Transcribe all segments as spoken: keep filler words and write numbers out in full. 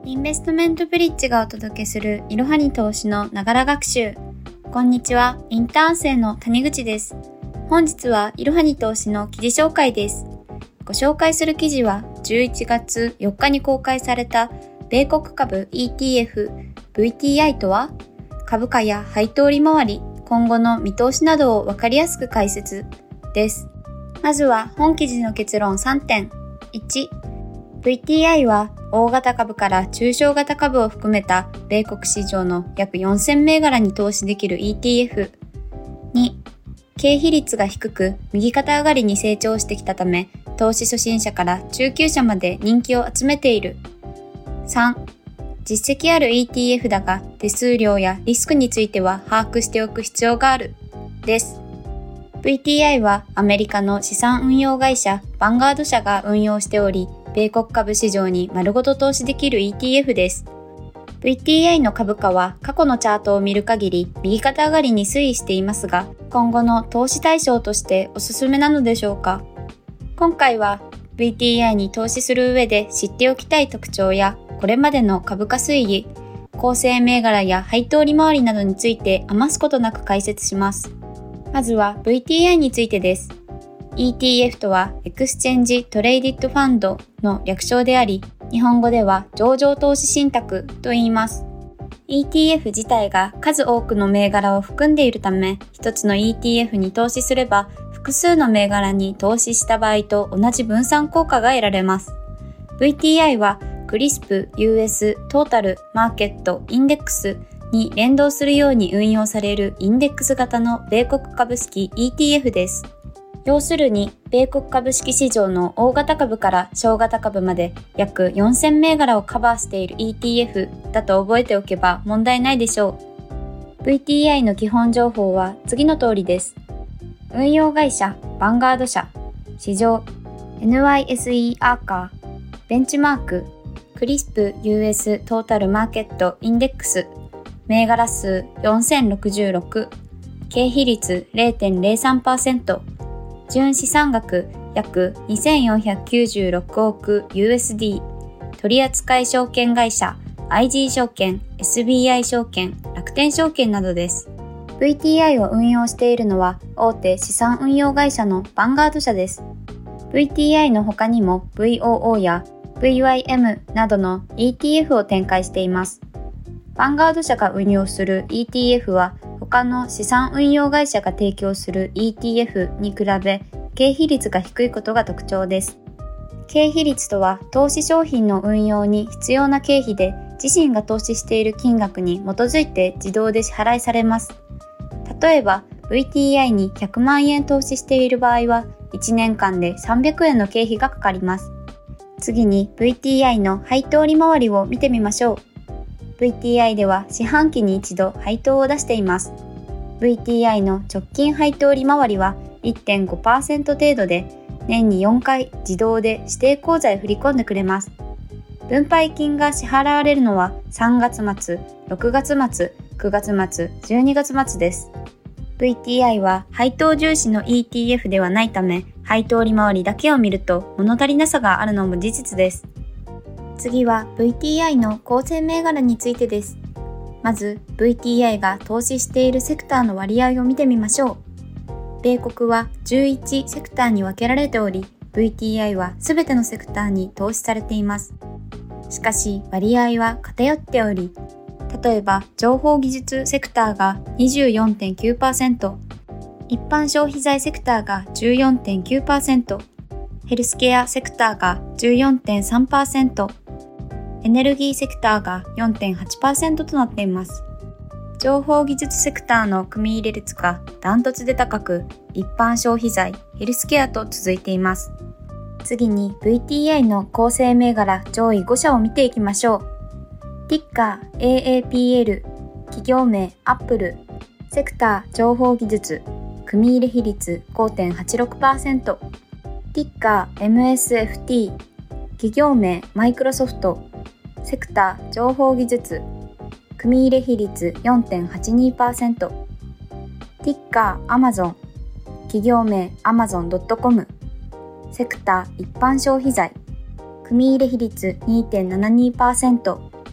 インベストメントブリッジがお届けするいろはに投資のながら学習。こんにちは、インターン生の谷口です。本日はいろはに投資の記事紹介です。ご紹介する記事はじゅういちがつよっかに公開された米国株 イーティーエフ ブイティーアイ とは、株価や配当利回り、今後の見通しなどをわかりやすく解説です。まずは本記事の結論さんてん。いち、ブイティーアイ は大型株から中小型株を含めた米国市場の約よんせんめいがらに投資できる イーティーエフ。に、経費率が低く右肩上がりに成長してきたため、投資初心者から中級者まで人気を集めている。さん、実績ある イーティーエフ だが手数料やリスクについては把握しておく必要がある。です。ブイティーアイ はアメリカの資産運用会社ヴァンガード社が運用しており、米国株市場に丸ごと投資できる イーティーエフ です。ブイティーアイ の株価は過去のチャートを見る限り右肩上がりに推移していますが、今後の投資対象としておすすめなのでしょうか。今回は ブイティーアイ に投資する上で知っておきたい特徴や、これまでの株価推移、構成銘柄や配当利回りなどについて余すことなく解説します。まずは ブイティーアイ についてです。イーティーエフ とはエクスチェンジトレイディッドファンドの略称であり、日本語では上場投資信託と言います。イーティーエフ 自体が数多くの銘柄を含んでいるため、一つの イーティーエフ に投資すれば、複数の銘柄に投資した場合と同じ分散効果が得られます。ブイティーアイ はクリスプ ユーエス トータルマーケットインデックスに連動するように運用されるインデックス型の米国株式 イーティーエフ です。要するに、米国株式市場の大型株から小型株まで約よんせんめいがらをカバーしている イーティーエフ だと覚えておけば問題ないでしょう。ブイティーアイ の基本情報は次の通りです。運用会社、ヴァンガード社、市場、エヌワイエスイー アーカー、ベンチマーク、クリスプ ユーエス トータルマーケットインデックス、銘柄数よんせんろくじゅうろく、経費率 ゼロてんゼロさんパーセント、純資産額約にせんよんひゃくきゅうじゅうろくおく ユーエスディー、取扱証券会社、アイジー 証券、エスビーアイ 証券、楽天証券などです。ブイティーアイ を運用しているのは大手資産運用会社のヴァンガード社です。ブイティーアイ の他にも ブイオーオー や ブイワイエム などの イーティーエフ を展開しています。ヴァンガード社が運用する イーティーエフ は他の資産運用会社が提供する イーティーエフ に比べ経費率が低いことが特徴です。経費率とは投資商品の運用に必要な経費で自身が投資している金額に基づいて自動で支払いされます。例えば ブイティーアイ にひゃくまんえん投資している場合はいちねんかんでさんびゃくえんの経費がかかります。次に ブイティーアイ の配当利回りを見てみましょう。ブイティーアイ では四半期に一度配当を出しています。ブイティーアイ の直近配当利回りは いってんごパーセント 程度で、年によんかい自動で指定口座へ振り込んでくれます。分配金が支払われるのはさんがつまつ、ろくがつまつ、くがつまつ、じゅうにがつまつです。ブイティーアイ は配当重視の イーティーエフ ではないため、配当利回りだけを見ると物足りなさがあるのも事実です。次は ブイティーアイ の構成銘柄についてです。まず ブイティーアイ が投資しているセクターの割合を見てみましょう。米国はじゅういちセクターに分けられており、ブイティーアイ はすべてのセクターに投資されています。しかし割合は偏っており、例えば情報技術セクターが にじゅうよんてんきゅうパーセント、一般消費財セクターが じゅうよんてんきゅうパーセント、ヘルスケアセクターが じゅうよんてんさんパーセント、エネルギーセクターが よんてんはちパーセント となっています。情報技術セクターの組み入れ率がダントツで高く、一般消費財、ヘルスケアと続いています。次に ブイティーアイ の構成銘柄上位ごしゃを見ていきましょう。ティッカー エーエーピーエル、企業名アップル、セクター情報技術、組入れ比率 ごてんはちろくパーセント、ティッカー エムエスエフティー、企業名マイクロソフト、セクター情報技術、組入れ比率 よんてんはちにパーセント、ティッカーアマゾン、企業名アマゾンドットコム、セクター一般消費財、組入れ比率 にてんななにパーセント、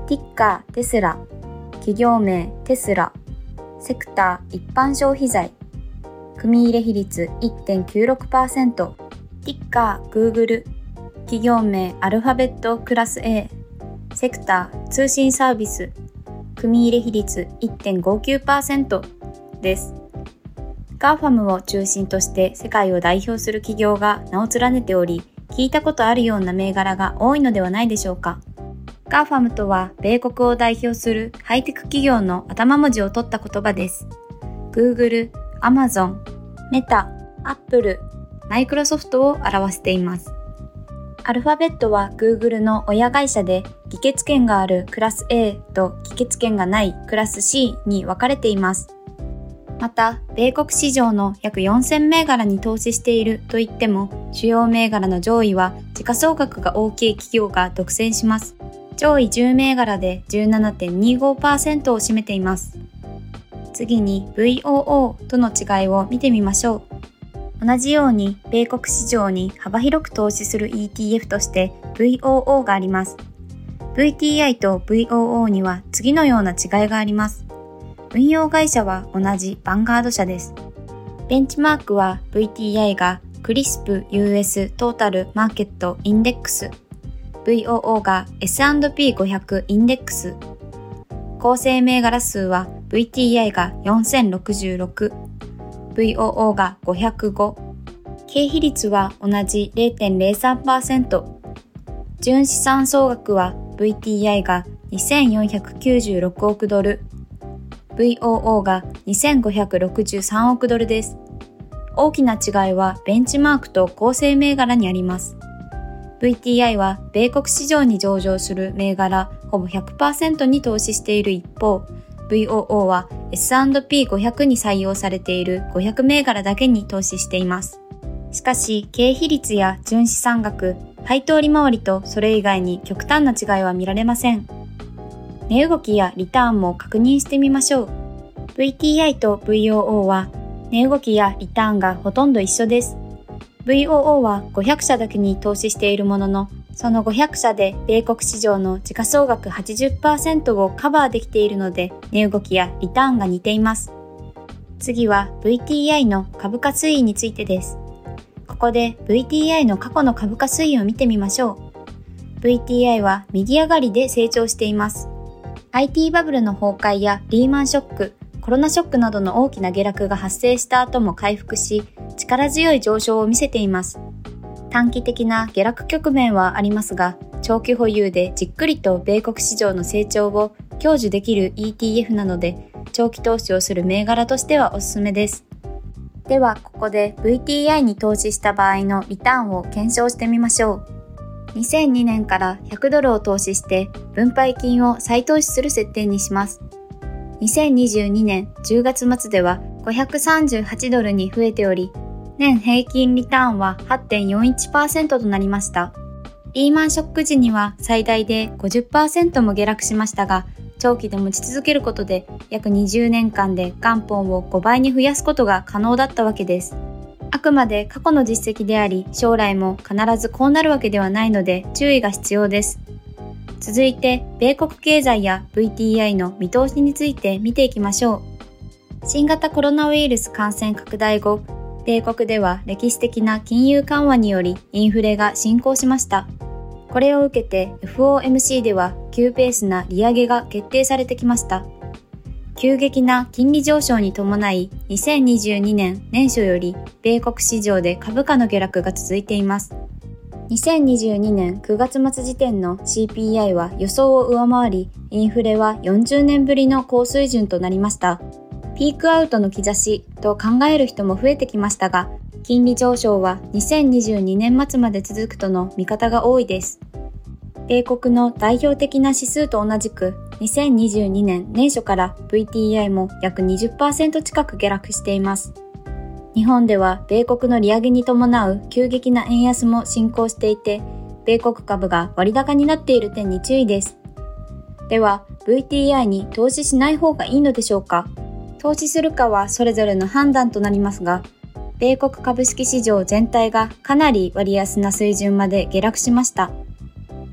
ティッカーテスラ、企業名テスラ、セクター一般消費財、組入れ比率 いってんきゅうろくパーセント、ティッカーグーグル、企業名アルファベットクラス A、セクター通信サービス、組入れ比率 いってんごきゅうパーセント です。ガーファムを中心として世界を代表する企業が名を連ねており、聞いたことあるような銘柄が多いのではないでしょうか。ガーファムとは米国を代表するハイテク企業の頭文字を取った言葉です。Google、Amazon、Meta、Apple、Microsoft を表しています。アルファベットは Google の親会社で、議決権があるクラス A と議決権がないクラス C に分かれています。また、米国市場の約よんせん銘柄に投資しているといっても、主要銘柄の上位は時価総額が大きい企業が独占します。上位じゅう銘柄で じゅうななてんにごパーセント を占めています。次に ブイオーオー との違いを見てみましょう。同じように米国市場に幅広く投資する イーティーエフ として ブイオーオー があります。ブイティーアイ と ブイオーオー には次のような違いがあります。運用会社は同じヴァンガード社です。ベンチマークは ブイティーアイ がクリスプ ユーエス トータルマーケットインデックス、ブイオーオー が エスアンドピーごひゃく インデックス、構成銘柄数は ブイティーアイ がよんせんろくじゅうろく、ブイオーオー がごひゃくご、経費率は同じ れいてんれいさんパーセント、純資産総額は ブイティーアイ がにせんよんひゃくきゅうじゅうろくおくドル、ブイオーオー がにせんごひゃくろくじゅうさんおくドルです。大きな違いはベンチマークと構成銘柄にあります。ブイティーアイ は米国市場に上場する銘柄ほぼ ひゃくパーセント に投資している一方、ブイオーオー は エスアンドピーごひゃく に採用されているごひゃく銘柄だけに投資しています。しかし、経費率や純資産額、配当利回りとそれ以外に極端な違いは見られません。値動きやリターンも確認してみましょう。ブイティーアイ と ブイオーオー は値動きやリターンがほとんど一緒です。ブイオーオー はごひゃく社だけに投資しているものの、そのごひゃく社で米国市場の時価総額 はちじゅっパーセント をカバーできているので、値動きやリターンが似ています。次は ブイティーアイ の株価推移についてです。ここで ブイティーアイ の過去の株価推移を見てみましょう。ブイティーアイ は右上がりで成長しています。アイティー バブルの崩壊やリーマンショック、コロナショックなどの大きな下落が発生した後も回復し、力強い上昇を見せています。短期的な下落局面はありますが、長期保有でじっくりと米国市場の成長を享受できる イーティーエフ なので、長期投資をする銘柄としてはおすすめです。では、ここで ブイティーアイ に投資した場合のリターンを検証してみましょう。にせんにねんからひゃくドルを投資して分配金を再投資する設定にします。にせんにじゅうにねんじゅうがつ末ではごひゃくさんじゅうはちドルに増えており、年平均リターンは はちてんよんいちパーセント となりました。リーマンショック時には最大で ごじゅっパーセント も下落しましたが、長期で持ち続けることで約にじゅうねんかんで元本をごばいに増やすことが可能だったわけです。あくまで過去の実績であり、将来も必ずこうなるわけではないので注意が必要です。続いて、米国経済や ブイティーアイ の見通しについて見ていきましょう。新型コロナウイルス感染拡大後、米国では歴史的な金融緩和によりインフレが進行しました。これを受けて エフオーエムシー では急ペースな利上げが決定されてきました。急激な金利上昇に伴い、にせんにじゅうにねん年初より米国市場で株価の下落が続いています。にせんにじゅうにねんくがつ末時点の シーピーアイ は予想を上回り、インフレはよんじゅうねんぶりの高水準となりました。ピークアウトの兆しと考える人も増えてきましたが、金利上昇はにせんにじゅうにねん末まで続くとの見方が多いです。米国の代表的な指数と同じく、にせんにじゅうにねん年初から ブイティーアイ も約 にじゅっパーセント 近く下落しています。日本では米国の利上げに伴う急激な円安も進行していて、米国株が割高になっている点に注意です。では、ブイティーアイ に投資しない方がいいのでしょうか？投資するかはそれぞれの判断となりますが、米国株式市場全体がかなり割安な水準まで下落しました。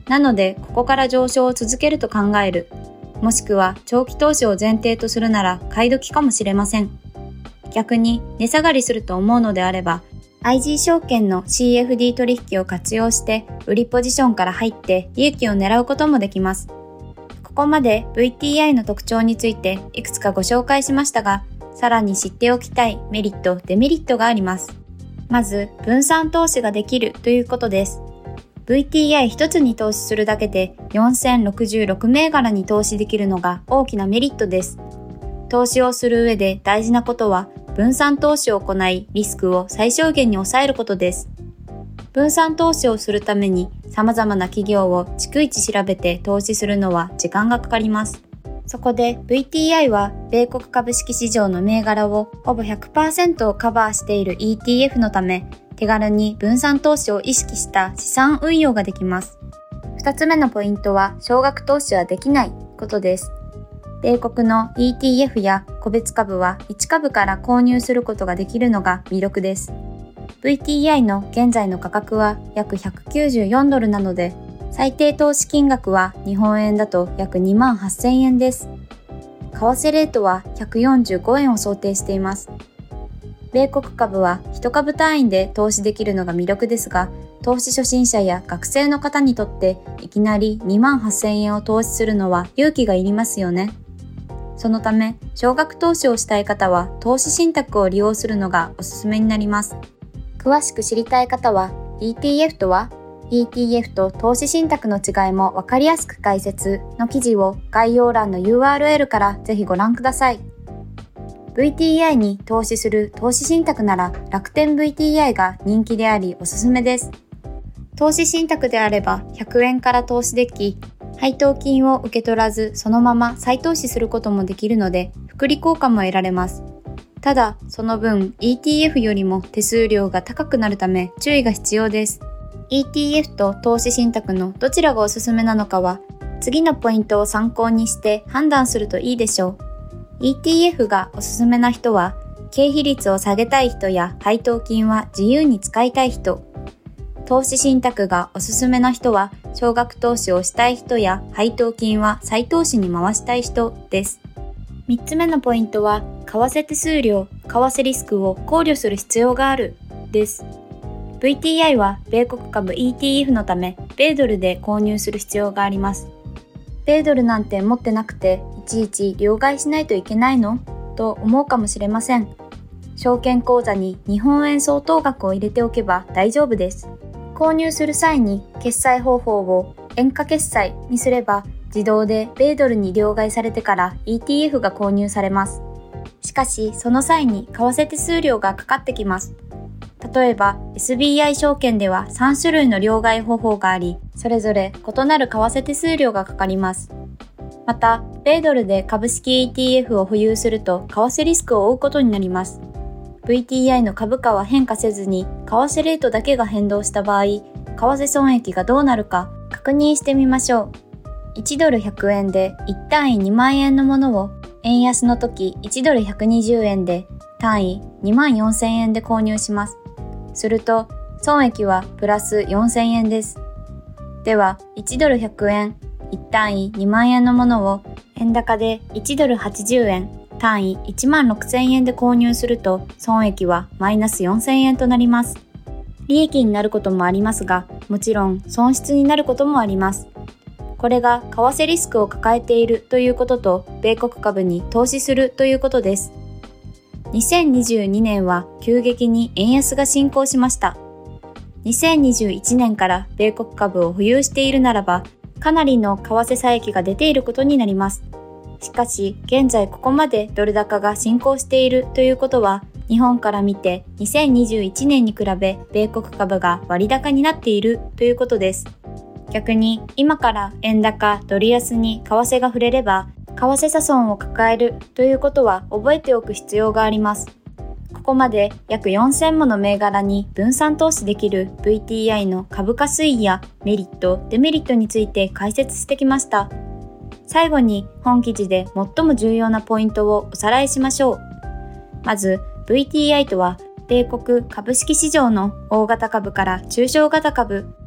なので、ここから上昇を続けると考える。もしくは長期投資を前提とするなら買い時かもしれません。逆に値下がりすると思うのであれば、アイジー 証券の シーエフディー 取引を活用して売りポジションから入って利益を狙うこともできます。ここまで ブイティーアイ の特徴についていくつかご紹介しましたが、さらに知っておきたいメリット・デメリットがあります。まず、分散投資ができるということです。ブイティーアイ 一つに投資するだけでよんせんろくじゅうろく銘柄に投資できるのが大きなメリットです。投資をする上で大事なことは、分散投資を行いリスクを最小限に抑えることです。分散投資をするために様々な企業を逐一調べて投資するのは時間がかかります。そこで ブイティーアイ は米国株式市場の銘柄をほぼ ひゃくパーセント をカバーしている イーティーエフ のため、手軽に分散投資を意識した資産運用ができます。二つ目のポイントは少額投資はできないことです。米国の イーティーエフ や個別株はいち株から購入することができるのが魅力です。ブイティーアイ の現在の価格は約ひゃくきゅうじゅうよんドルなので、最低投資金額は日本円だと約にまんはっせんえんです。為替レートはひゃくよんじゅうごえんを想定しています。米国株はいち株単位で投資できるのが魅力ですが、投資初心者や学生の方にとっていきなりにまんはっせんえんを投資するのは勇気がいりますよね。そのため、少額投資をしたい方は投資信託を利用するのがおすすめになります。詳しく知りたい方は イーティーエフ とは イーティーエフ と投資信託の違いもわかりやすく解説の記事を概要欄の ユーアールエル からぜひご覧ください。ブイティーアイ に投資する投資信託なら楽天 ブイティーアイ が人気でありおすすめです。投資信託であればひゃくえんから投資でき、配当金を受け取らずそのまま再投資することもできるので複利効果も得られます。ただ、その分 イーティーエフ よりも手数料が高くなるため注意が必要です。イーティーエフ と投資信託のどちらがおすすめなのかは次のポイントを参考にして判断するといいでしょう。イーティーエフ がおすすめな人は経費率を下げたい人や配当金は自由に使いたい人。投資信託がおすすめな人は少額投資をしたい人や配当金は再投資に回したい人です。みっつめのポイントは為替手数料、為替リスクを考慮する必要があるです。ブイティーアイ は米国株 イーティーエフ のため米ドルで購入する必要があります。米ドルなんて持ってなくていちいち両替しないといけないのと思うかもしれません。証券口座に日本円相当額を入れておけば大丈夫です。購入する際に決済方法を円価決済にすれば自動で米ドルに両替されてから イーティーエフ が購入されます。しかしその際に為替手数料がかかってきます。例えば エスビーアイ 証券ではさん種類の両替方法があり、それぞれ異なる為替手数料がかかります。また、米ドルで株式 イーティーエフ を保有すると為替リスクを負うことになります。ブイティーアイ の株価は変化せずに、為替レートだけが変動した場合、為替損益がどうなるか確認してみましょう。いちドルひゃくえんでいち単位にまんえんのものを、円安の時いちドルひゃくにじゅうえんで単位にまんよんせんえんで購入します。すると、損益はプラスよんせんえんです。では、いちドルひゃくえん、いち単位にまんえんのものを、円高でいちドルはちじゅうえん、単位いちまんろくせんえんで購入すると、損益はマイナスよんせんえんとなります。利益になることもありますが、もちろん損失になることもあります。これが為替リスクを抱えているということと、米国株に投資するということです。にせんにじゅうにねんは急激に円安が進行しました。にせんにじゅういちねんから米国株を保有しているならば、かなりの為替差益が出ていることになります。しかし、現在ここまでドル高が進行しているということは、日本から見てにせんにじゅういちねんに比べ米国株が割高になっているということです。逆に、今から円高、ドル安に為替が触れれば、為替差損を抱えるということは覚えておく必要があります。ここまで約よんせんもの銘柄に分散投資できる ブイティーアイ の株価推移やメリット、デメリットについて解説してきました。最後に本記事で最も重要なポイントをおさらいしましょう。まず ブイティーアイ とは米国株式市場の大型株から中小型株、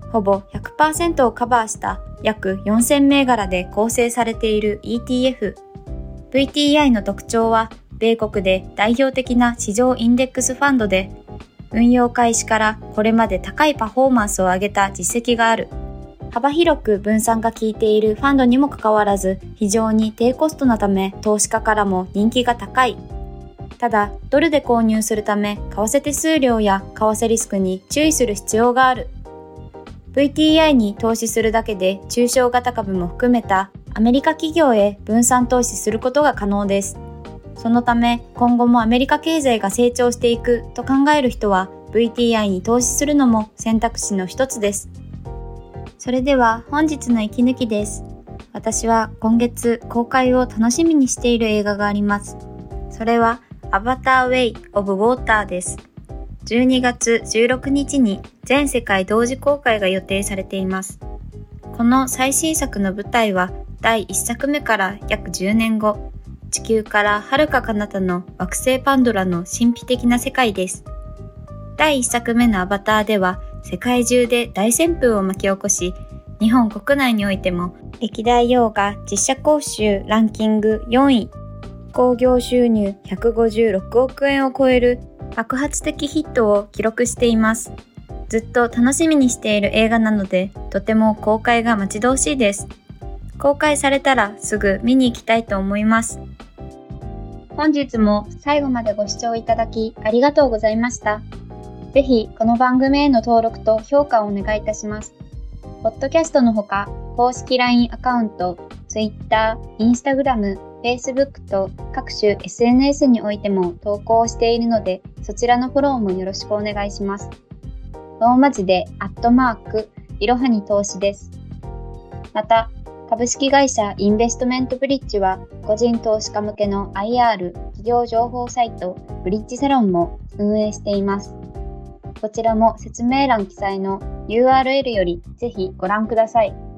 ほぼ ひゃくパーセント をカバーした約よんせんめいがらで構成されている イーティーエフ。ブイティーアイ の特徴は、米国で代表的な市場インデックスファンドで、運用開始からこれまで高いパフォーマンスを上げた実績がある。幅広く分散が効いているファンドにもかかわらず、非常に低コストなため投資家からも人気が高い。ただ、ドルで購入するため、為替手数料や為替リスクに注意する必要がある。ブイティーアイ に投資するだけで中小型株も含めたアメリカ企業へ分散投資することが可能です。そのため、今後もアメリカ経済が成長していくと考える人は ブイティーアイ に投資するのも選択肢の一つです。それでは本日の息抜きです。私は今月公開を楽しみにしている映画があります。それはアバターウェイ・オブ・ウォーターです。じゅうにがつじゅうろくにちに全世界同時公開が予定されています。この最新作の舞台はだいいっさくめから約じゅうねんご、地球から遥か彼方の惑星パンドラの神秘的な世界です。だいいっさくめのアバターでは世界中で大旋風を巻き起こし、日本国内においても歴代洋画実写興収ランキングよんい、興行収入ひゃくごじゅうろくおくえんを超える爆発的ヒットを記録しています。ずっと楽しみにしている映画なので、とても公開が待ち遠しいです。公開されたらすぐ見に行きたいと思います。本日も最後までご視聴いただきありがとうございました。ぜひこの番組への登録と評価をお願いいたします。ポッドキャストのほか、公式 ライン アカウント、Twitter、Instagram、Facebook と各種 エスエヌエス においても投稿をしているので、そちらのフォローもよろしくお願いします。ローマ字でアットマーク、いろはに投資です。また、株式会社インベストメントブリッジは、個人投資家向けの アイアール 企業情報サイト、ブリッジサロンも運営しています。こちらも説明欄記載の ユーアールエル よりぜひご覧ください。